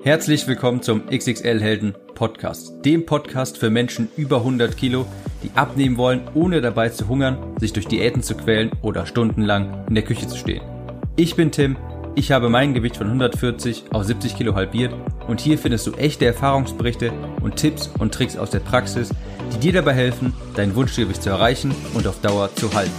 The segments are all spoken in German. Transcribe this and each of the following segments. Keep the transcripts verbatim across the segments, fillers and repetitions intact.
Herzlich willkommen zum X X L-Helden Podcast, dem Podcast für Menschen über hundert Kilo, die abnehmen wollen, ohne dabei zu hungern, sich durch Diäten zu quälen oder stundenlang in der Küche zu stehen. Ich bin Tim, ich habe mein Gewicht von hundertvierzig auf siebzig Kilo halbiert und hier findest du echte Erfahrungsberichte und Tipps und Tricks aus der Praxis, die dir dabei helfen, dein Wunschgewicht zu erreichen und auf Dauer zu halten.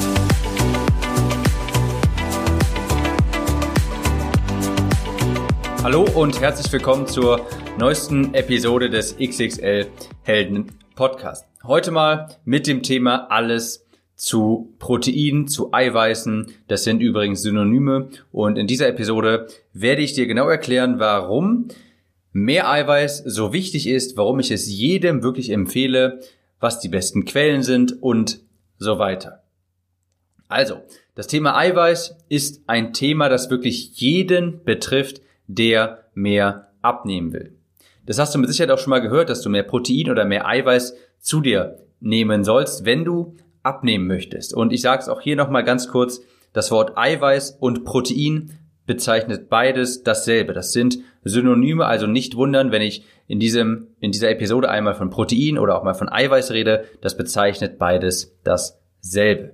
Hallo und herzlich willkommen zur neuesten Episode des X X L-Helden Podcast. Heute mal mit dem Thema alles zu Proteinen, zu Eiweißen. Das sind übrigens Synonyme und in dieser Episode werde ich dir genau erklären, warum mehr Eiweiß so wichtig ist, warum ich es jedem wirklich empfehle, was die besten Quellen sind und so weiter. Also, das Thema Eiweiß ist ein Thema, das wirklich jeden betrifft, der mehr abnehmen will. Das hast du mit Sicherheit auch schon mal gehört, dass du mehr Protein oder mehr Eiweiß zu dir nehmen sollst, wenn du abnehmen möchtest. Und ich sage es auch hier nochmal ganz kurz, das Wort Eiweiß und Protein bezeichnet beides dasselbe. Das sind Synonyme, also nicht wundern, wenn ich in diesem in dieser Episode einmal von Protein oder auch mal von Eiweiß rede, das bezeichnet beides dasselbe.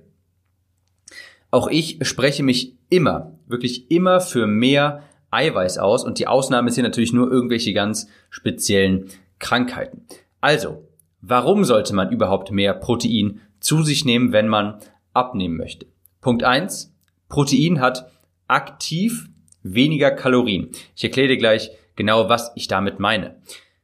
Auch ich spreche mich immer, wirklich immer für mehr Eiweiß aus und die Ausnahme sind natürlich nur irgendwelche ganz speziellen Krankheiten. Also, warum sollte man überhaupt mehr Protein zu sich nehmen, wenn man abnehmen möchte? Punkt eins. Protein hat aktiv weniger Kalorien. Ich erkläre dir gleich genau, was ich damit meine.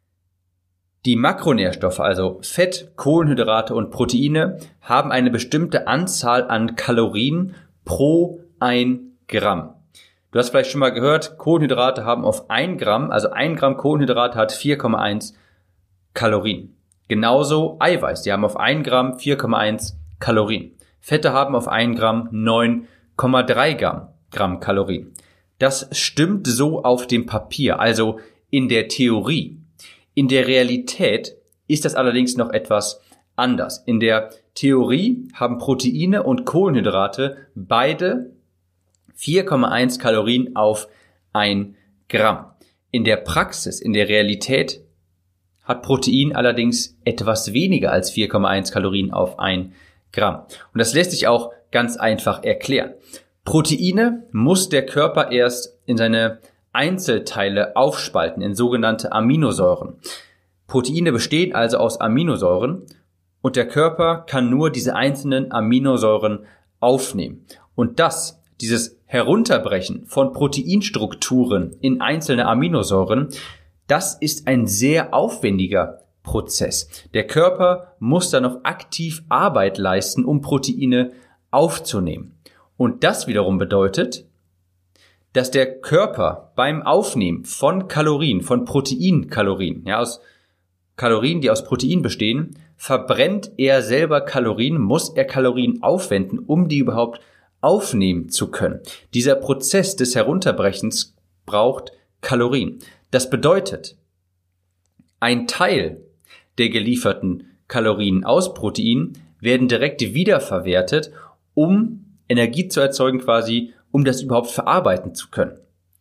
Die Makronährstoffe, also Fett, Kohlenhydrate und Proteine, haben eine bestimmte Anzahl an Kalorien pro ein Gramm. Du hast vielleicht schon mal gehört, Kohlenhydrate haben auf ein Gramm, also ein Gramm Kohlenhydrate hat vier Komma eins Kalorien. Genauso Eiweiß, die haben auf ein Gramm vier Komma eins Kalorien. Fette haben auf ein Gramm neun Komma drei Gramm Kalorien. Das stimmt so auf dem Papier, also in der Theorie. In der Realität ist das allerdings noch etwas anders. In der Theorie haben Proteine und Kohlenhydrate beide vier Komma eins Kalorien auf ein Gramm. In der Praxis, in der Realität hat Protein allerdings etwas weniger als vier Komma eins Kalorien auf ein Gramm. Und das lässt sich auch ganz einfach erklären. Proteine muss der Körper erst in seine Einzelteile aufspalten, in sogenannte Aminosäuren. Proteine bestehen also aus Aminosäuren und der Körper kann nur diese einzelnen Aminosäuren aufnehmen. Und das Dieses Herunterbrechen von Proteinstrukturen in einzelne Aminosäuren, das ist ein sehr aufwendiger Prozess. Der Körper muss da noch aktiv Arbeit leisten, um Proteine aufzunehmen. Und das wiederum bedeutet, dass der Körper beim Aufnehmen von Kalorien, von Proteinkalorien, ja, aus Kalorien, die aus Protein bestehen, verbrennt er selber Kalorien, muss er Kalorien aufwenden, um die überhaupt aufnehmen zu können. Dieser Prozess des Herunterbrechens braucht Kalorien. Das bedeutet, ein Teil der gelieferten Kalorien aus Protein werden direkt wiederverwertet, um Energie zu erzeugen quasi, um das überhaupt verarbeiten zu können.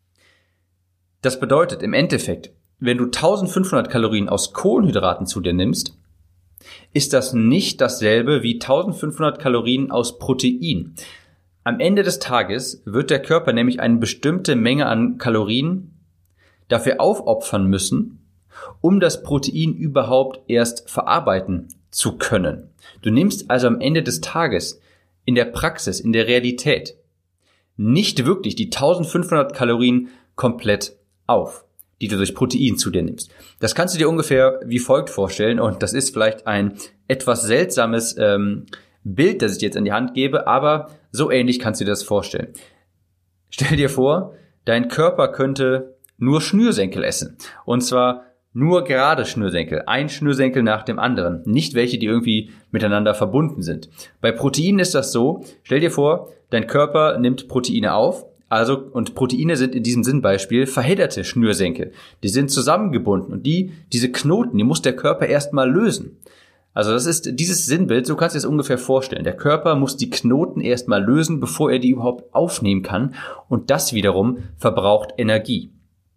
Das bedeutet im Endeffekt, wenn du eintausendfünfhundert Kalorien aus Kohlenhydraten zu dir nimmst, ist das nicht dasselbe wie eintausendfünfhundert Kalorien aus Protein. Am Ende des Tages wird der Körper nämlich eine bestimmte Menge an Kalorien dafür aufopfern müssen, um das Protein überhaupt erst verarbeiten zu können. Du nimmst also am Ende des Tages in der Praxis, in der Realität nicht wirklich die eintausendfünfhundert Kalorien komplett auf, die du durch Protein zu dir nimmst. Das kannst du dir ungefähr wie folgt vorstellen und das ist vielleicht ein etwas seltsames ähm, Bild, das ich dir jetzt in die Hand gebe, aber so ähnlich kannst du dir das vorstellen. Stell dir vor, dein Körper könnte nur Schnürsenkel essen. Und zwar nur gerade Schnürsenkel. Ein Schnürsenkel nach dem anderen. Nicht welche, die irgendwie miteinander verbunden sind. Bei Proteinen ist das so, stell dir vor, dein Körper nimmt Proteine auf. Also, und Proteine sind in diesem Sinnbeispiel verhedderte Schnürsenkel. Die sind zusammengebunden und die, diese Knoten, die muss der Körper erstmal lösen. Also das ist dieses Sinnbild, so kannst du dir das ungefähr vorstellen. Der Körper muss die Knoten erstmal lösen, bevor er die überhaupt aufnehmen kann. Und das wiederum verbraucht Energie.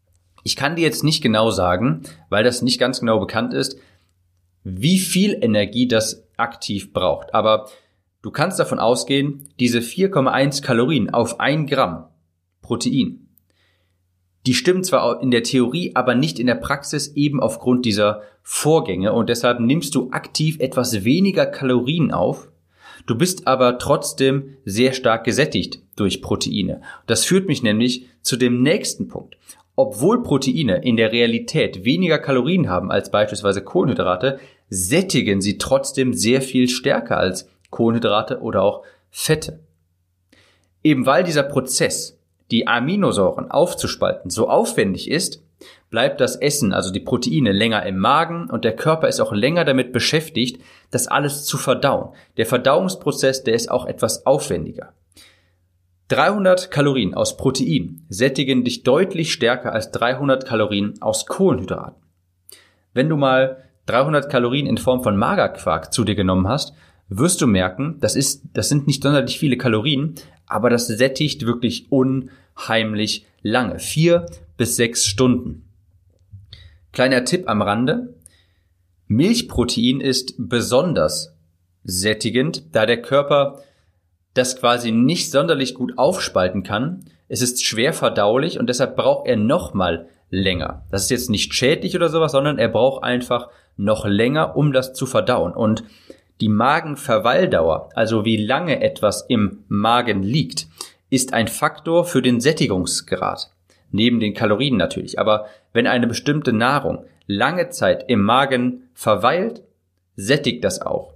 Ich kann dir jetzt nicht genau sagen, weil das nicht ganz genau bekannt ist, wie viel Energie das aktiv braucht. Aber du kannst davon ausgehen, diese vier Komma eins Kalorien auf ein Gramm Protein, die stimmen zwar in der Theorie, aber nicht in der Praxis, eben aufgrund dieser Vorgänge. Und deshalb nimmst du aktiv etwas weniger Kalorien auf. Du bist aber trotzdem sehr stark gesättigt durch Proteine. Das führt mich nämlich zu dem nächsten Punkt. Obwohl Proteine in der Realität weniger Kalorien haben als beispielsweise Kohlenhydrate, sättigen sie trotzdem sehr viel stärker als Kohlenhydrate oder auch Fette. Eben weil dieser Prozess, die Aminosäuren aufzuspalten, so aufwendig ist, bleibt das Essen, also die Proteine, länger im Magen und der Körper ist auch länger damit beschäftigt, das alles zu verdauen. Der Verdauungsprozess, der ist auch etwas aufwendiger. dreihundert Kalorien aus Protein sättigen dich deutlich stärker als dreihundert Kalorien aus Kohlenhydraten. Wenn du mal dreihundert Kalorien in Form von Magerquark zu dir genommen hast, wirst du merken, das ist, das sind nicht sonderlich viele Kalorien, aber das sättigt wirklich unheimlich lange. Vier bis sechs Stunden. Kleiner Tipp am Rande. Milchprotein ist besonders sättigend, da der Körper das quasi nicht sonderlich gut aufspalten kann. Es ist schwer verdaulich und deshalb braucht er nochmal länger. Das ist jetzt nicht schädlich oder sowas, sondern er braucht einfach noch länger, um das zu verdauen. Und die Magenverweildauer, also wie lange etwas im Magen liegt, ist ein Faktor für den Sättigungsgrad. Neben den Kalorien natürlich. Aber wenn eine bestimmte Nahrung lange Zeit im Magen verweilt, sättigt das auch.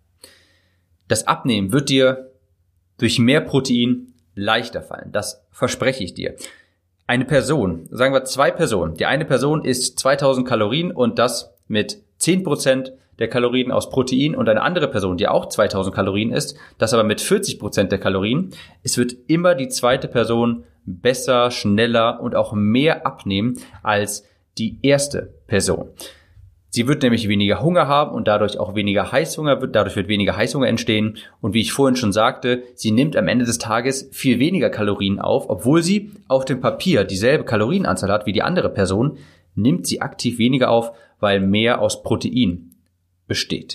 Das Abnehmen wird dir durch mehr Protein leichter fallen. Das verspreche ich dir. Eine Person, sagen wir zwei Personen. Die eine Person isst zweitausend Kalorien und das mit zehn Prozent der Kalorien aus Protein und eine andere Person, die auch zweitausend Kalorien isst, das aber mit vierzig Prozent der Kalorien. Es wird immer die zweite Person besser, schneller und auch mehr abnehmen als die erste Person. Sie wird nämlich weniger Hunger haben und dadurch auch weniger Heißhunger, dadurch wird weniger Heißhunger entstehen. Und wie ich vorhin schon sagte, sie nimmt am Ende des Tages viel weniger Kalorien auf, obwohl sie auf dem Papier dieselbe Kalorienanzahl hat wie die andere Person, nimmt sie aktiv weniger auf, weil mehr aus Protein besteht.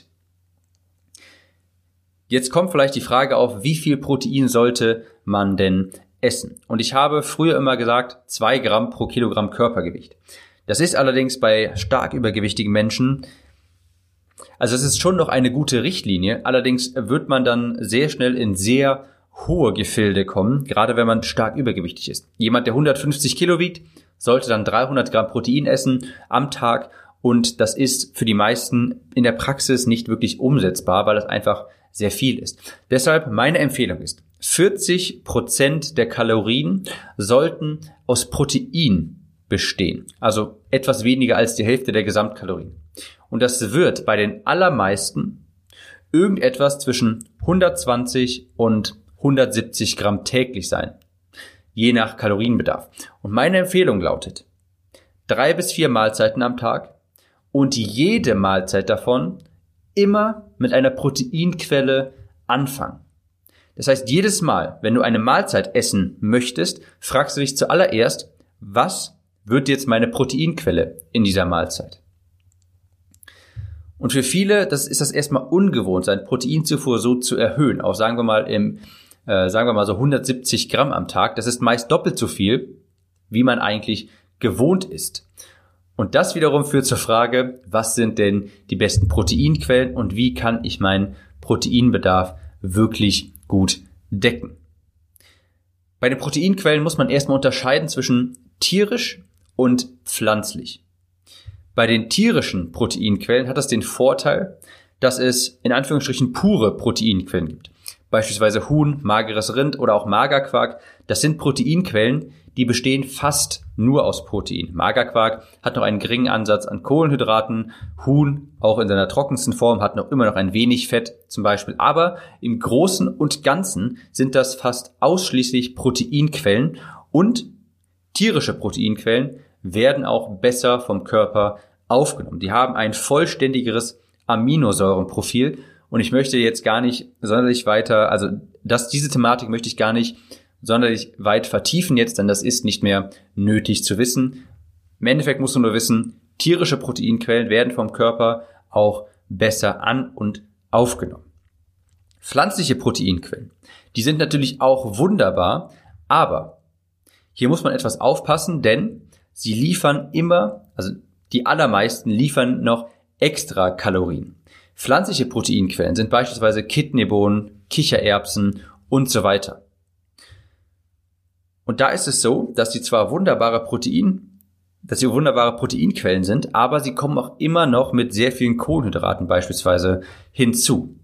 Jetzt kommt vielleicht die Frage auf, wie viel Protein sollte man denn essen? Und ich habe früher immer gesagt, zwei Gramm pro Kilogramm Körpergewicht. Das ist allerdings bei stark übergewichtigen Menschen, also es ist schon noch eine gute Richtlinie, allerdings wird man dann sehr schnell in sehr hohe Gefilde kommen, gerade wenn man stark übergewichtig ist. Jemand, der hundertfünfzig Kilo wiegt, sollte dann dreihundert Gramm Protein essen am Tag und das ist für die meisten in der Praxis nicht wirklich umsetzbar, weil das einfach sehr viel ist. Deshalb meine Empfehlung ist, vierzig Prozent der Kalorien sollten aus Protein bestehen. Also etwas weniger als die Hälfte der Gesamtkalorien. Und das wird bei den allermeisten irgendetwas zwischen hundertzwanzig und hundertsiebzig Gramm täglich sein. Je nach Kalorienbedarf. Und meine Empfehlung lautet, drei bis vier Mahlzeiten am Tag und jede Mahlzeit davon immer mit einer Proteinquelle anfangen. Das heißt, jedes Mal, wenn du eine Mahlzeit essen möchtest, fragst du dich zuallererst, was wird jetzt meine Proteinquelle in dieser Mahlzeit? Und für viele, das ist das erstmal ungewohnt, seine Proteinzufuhr so zu erhöhen. Auch sagen wir mal im, äh, sagen wir mal so hundertsiebzig Gramm am Tag. Das ist meist doppelt so viel, wie man eigentlich gewohnt ist. Und das wiederum führt zur Frage, was sind denn die besten Proteinquellen und wie kann ich meinen Proteinbedarf wirklich gut decken? Bei den Proteinquellen muss man erstmal unterscheiden zwischen tierisch und pflanzlich. Bei den tierischen Proteinquellen hat das den Vorteil, dass es in Anführungsstrichen pure Proteinquellen gibt. Beispielsweise Huhn, mageres Rind oder auch Magerquark. Das sind Proteinquellen, die bestehen fast nur aus Protein. Magerquark hat noch einen geringen Ansatz an Kohlenhydraten. Huhn, auch in seiner trockensten Form, hat noch immer noch ein wenig Fett zum Beispiel. Aber im Großen und Ganzen sind das fast ausschließlich Proteinquellen und tierische Proteinquellen werden auch besser vom Körper aufgenommen. Die haben ein vollständigeres Aminosäurenprofil und ich möchte jetzt gar nicht sonderlich weiter, also das, diese Thematik möchte ich gar nicht sonderlich weit vertiefen jetzt, denn das ist nicht mehr nötig zu wissen. Im Endeffekt musst du nur wissen, tierische Proteinquellen werden vom Körper auch besser an- und aufgenommen. Pflanzliche Proteinquellen, die sind natürlich auch wunderbar, aber hier muss man etwas aufpassen, denn sie liefern immer, also die allermeisten liefern noch extra Kalorien. Pflanzliche Proteinquellen sind beispielsweise Kidneybohnen, Kichererbsen und so weiter. Und da ist es so, dass sie zwar wunderbare Protein, dass sie wunderbare Proteinquellen sind, aber sie kommen auch immer noch mit sehr vielen Kohlenhydraten beispielsweise hinzu.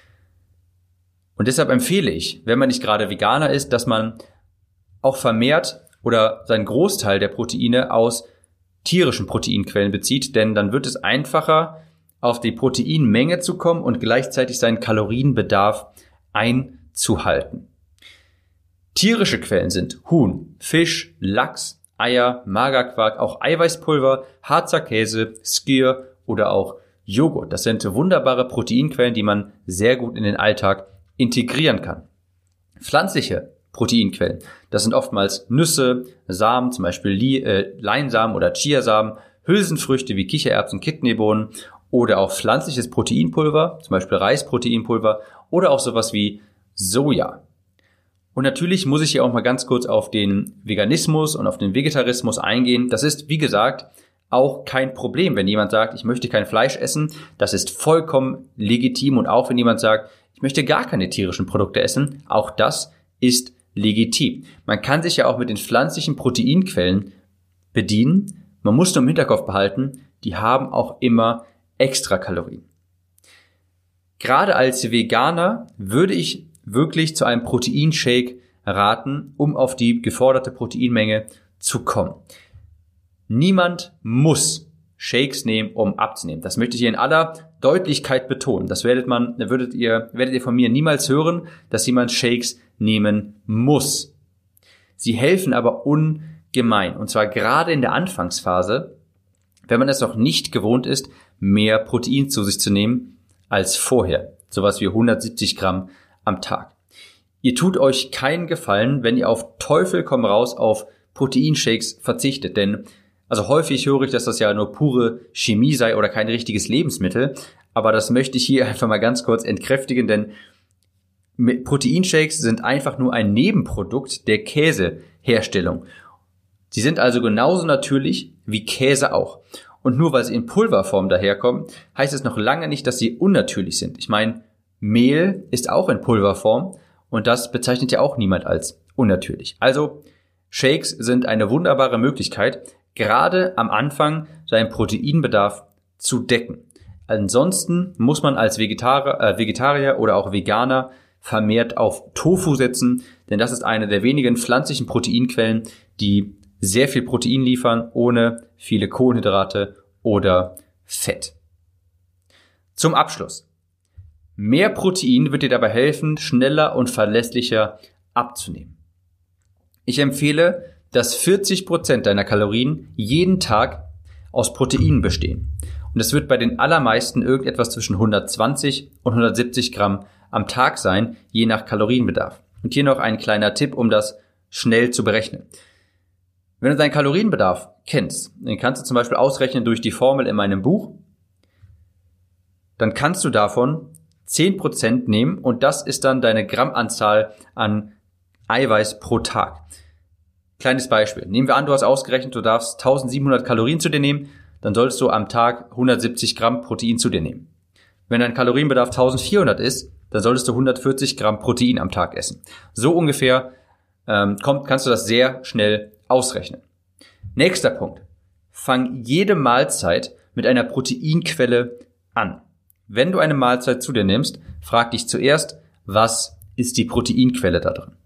Und deshalb empfehle ich, wenn man nicht gerade Veganer ist, dass man auch vermehrt oder seinen Großteil der Proteine aus tierischen Proteinquellen bezieht, denn dann wird es einfacher, auf die Proteinmenge zu kommen und gleichzeitig seinen Kalorienbedarf einzuhalten. Tierische Quellen sind Huhn, Fisch, Lachs, Eier, Magerquark, auch Eiweißpulver, Harzer Käse, Skyr oder auch Joghurt. Das sind wunderbare Proteinquellen, die man sehr gut in den Alltag integrieren kann. Pflanzliche Proteinquellen, das sind oftmals Nüsse, Samen, zum Beispiel Li- äh, Leinsamen oder Chiasamen, Hülsenfrüchte wie Kichererbsen, Kidneybohnen oder auch pflanzliches Proteinpulver, zum Beispiel Reisproteinpulver oder auch sowas wie Soja. Und natürlich muss ich hier auch mal ganz kurz auf den Veganismus und auf den Vegetarismus eingehen. Das ist, wie gesagt, auch kein Problem, wenn jemand sagt, ich möchte kein Fleisch essen. Das ist vollkommen legitim. Und auch wenn jemand sagt, ich möchte gar keine tierischen Produkte essen, auch das ist legitim. Man kann sich ja auch mit den pflanzlichen Proteinquellen bedienen. Man muss nur im Hinterkopf behalten, die haben auch immer extra Kalorien. Gerade als Veganer würde ich wirklich zu einem Proteinshake raten, um auf die geforderte Proteinmenge zu kommen. Niemand muss Shakes nehmen, um abzunehmen. Das möchte ich hier in aller Deutlichkeit betonen. Das werdet man, würdet ihr, werdet ihr von mir niemals hören, dass jemand Shakes nehmen muss. Sie helfen aber ungemein. Und zwar gerade in der Anfangsphase, wenn man es noch nicht gewohnt ist, mehr Protein zu sich zu nehmen als vorher. Sowas wie hundertsiebzig Gramm am Tag. Ihr tut euch keinen Gefallen, wenn ihr auf Teufel komm raus auf Proteinshakes verzichtet, denn also häufig höre ich, dass das ja nur pure Chemie sei oder kein richtiges Lebensmittel, aber das möchte ich hier einfach mal ganz kurz entkräftigen, denn Proteinshakes sind einfach nur ein Nebenprodukt der Käseherstellung. Sie sind also genauso natürlich wie Käse auch. Und nur weil sie in Pulverform daherkommen, heißt es noch lange nicht, dass sie unnatürlich sind. Ich meine, Mehl ist auch in Pulverform und das bezeichnet ja auch niemand als unnatürlich. Also Shakes sind eine wunderbare Möglichkeit, gerade am Anfang seinen Proteinbedarf zu decken. Ansonsten muss man als Vegetarier, äh, Vegetarier oder auch Veganer vermehrt auf Tofu setzen, denn das ist eine der wenigen pflanzlichen Proteinquellen, die sehr viel Protein liefern, ohne viele Kohlenhydrate oder Fett. Zum Abschluss. Mehr Protein wird dir dabei helfen, schneller und verlässlicher abzunehmen. Ich empfehle, dass vierzig Prozent deiner Kalorien jeden Tag aus Proteinen bestehen. Und es wird bei den allermeisten irgendetwas zwischen hundertzwanzig und hundertsiebzig Gramm am Tag sein, je nach Kalorienbedarf. Und hier noch ein kleiner Tipp, um das schnell zu berechnen. Wenn du deinen Kalorienbedarf kennst, dann kannst du zum Beispiel ausrechnen durch die Formel in meinem Buch, dann kannst du davon zehn Prozent nehmen und das ist dann deine Grammanzahl an Eiweiß pro Tag. Kleines Beispiel. Nehmen wir an, du hast ausgerechnet, du darfst eintausendsiebenhundert Kalorien zu dir nehmen, dann solltest du am Tag hundertsiebzig Gramm Protein zu dir nehmen. Wenn dein Kalorienbedarf eintausendvierhundert ist, dann solltest du hundertvierzig Gramm Protein am Tag essen. So ungefähr ähm, kommt, kannst du das sehr schnell ausrechnen. Nächster Punkt. Fang jede Mahlzeit mit einer Proteinquelle an. Wenn du eine Mahlzeit zu dir nimmst, frag dich zuerst, was ist die Proteinquelle da drin?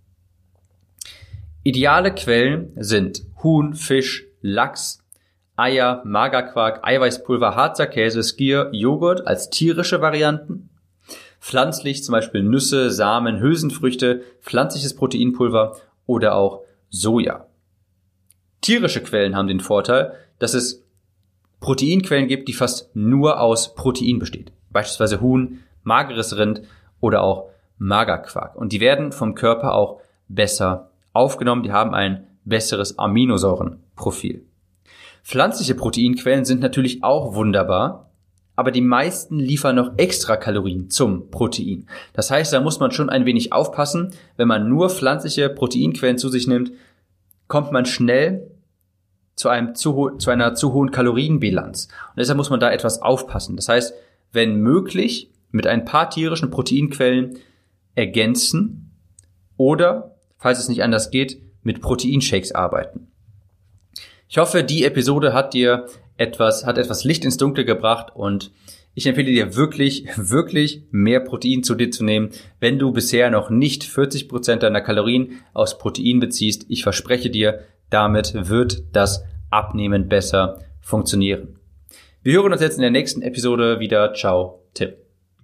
Ideale Quellen sind Huhn, Fisch, Lachs, Eier, Magerquark, Eiweißpulver, Harzer Käse, Skyr, Joghurt als tierische Varianten. Pflanzlich zum Beispiel Nüsse, Samen, Hülsenfrüchte, pflanzliches Proteinpulver oder auch Soja. Tierische Quellen haben den Vorteil, dass es Proteinquellen gibt, die fast nur aus Protein besteht. Beispielsweise Huhn, mageres Rind oder auch Magerquark. Und die werden vom Körper auch besser aufgenommen. Die haben ein besseres Aminosäurenprofil. Pflanzliche Proteinquellen sind natürlich auch wunderbar, aber die meisten liefern noch extra Kalorien zum Protein. Das heißt, da muss man schon ein wenig aufpassen. Wenn man nur pflanzliche Proteinquellen zu sich nimmt, kommt man schnell zu einem zu ho- zu einer zu hohen Kalorienbilanz. Und deshalb muss man da etwas aufpassen. Das heißt, wenn möglich, mit ein paar tierischen Proteinquellen ergänzen oder, falls es nicht anders geht, mit Proteinshakes arbeiten. Ich hoffe, die Episode hat dir etwas, hat etwas Licht ins Dunkle gebracht und ich empfehle dir wirklich, wirklich mehr Protein zu dir zu nehmen, wenn du bisher noch nicht vierzig Prozent deiner Kalorien aus Protein beziehst. Ich verspreche dir, damit wird das Abnehmen besser funktionieren. Wir hören uns jetzt in der nächsten Episode wieder. Ciao, Tim.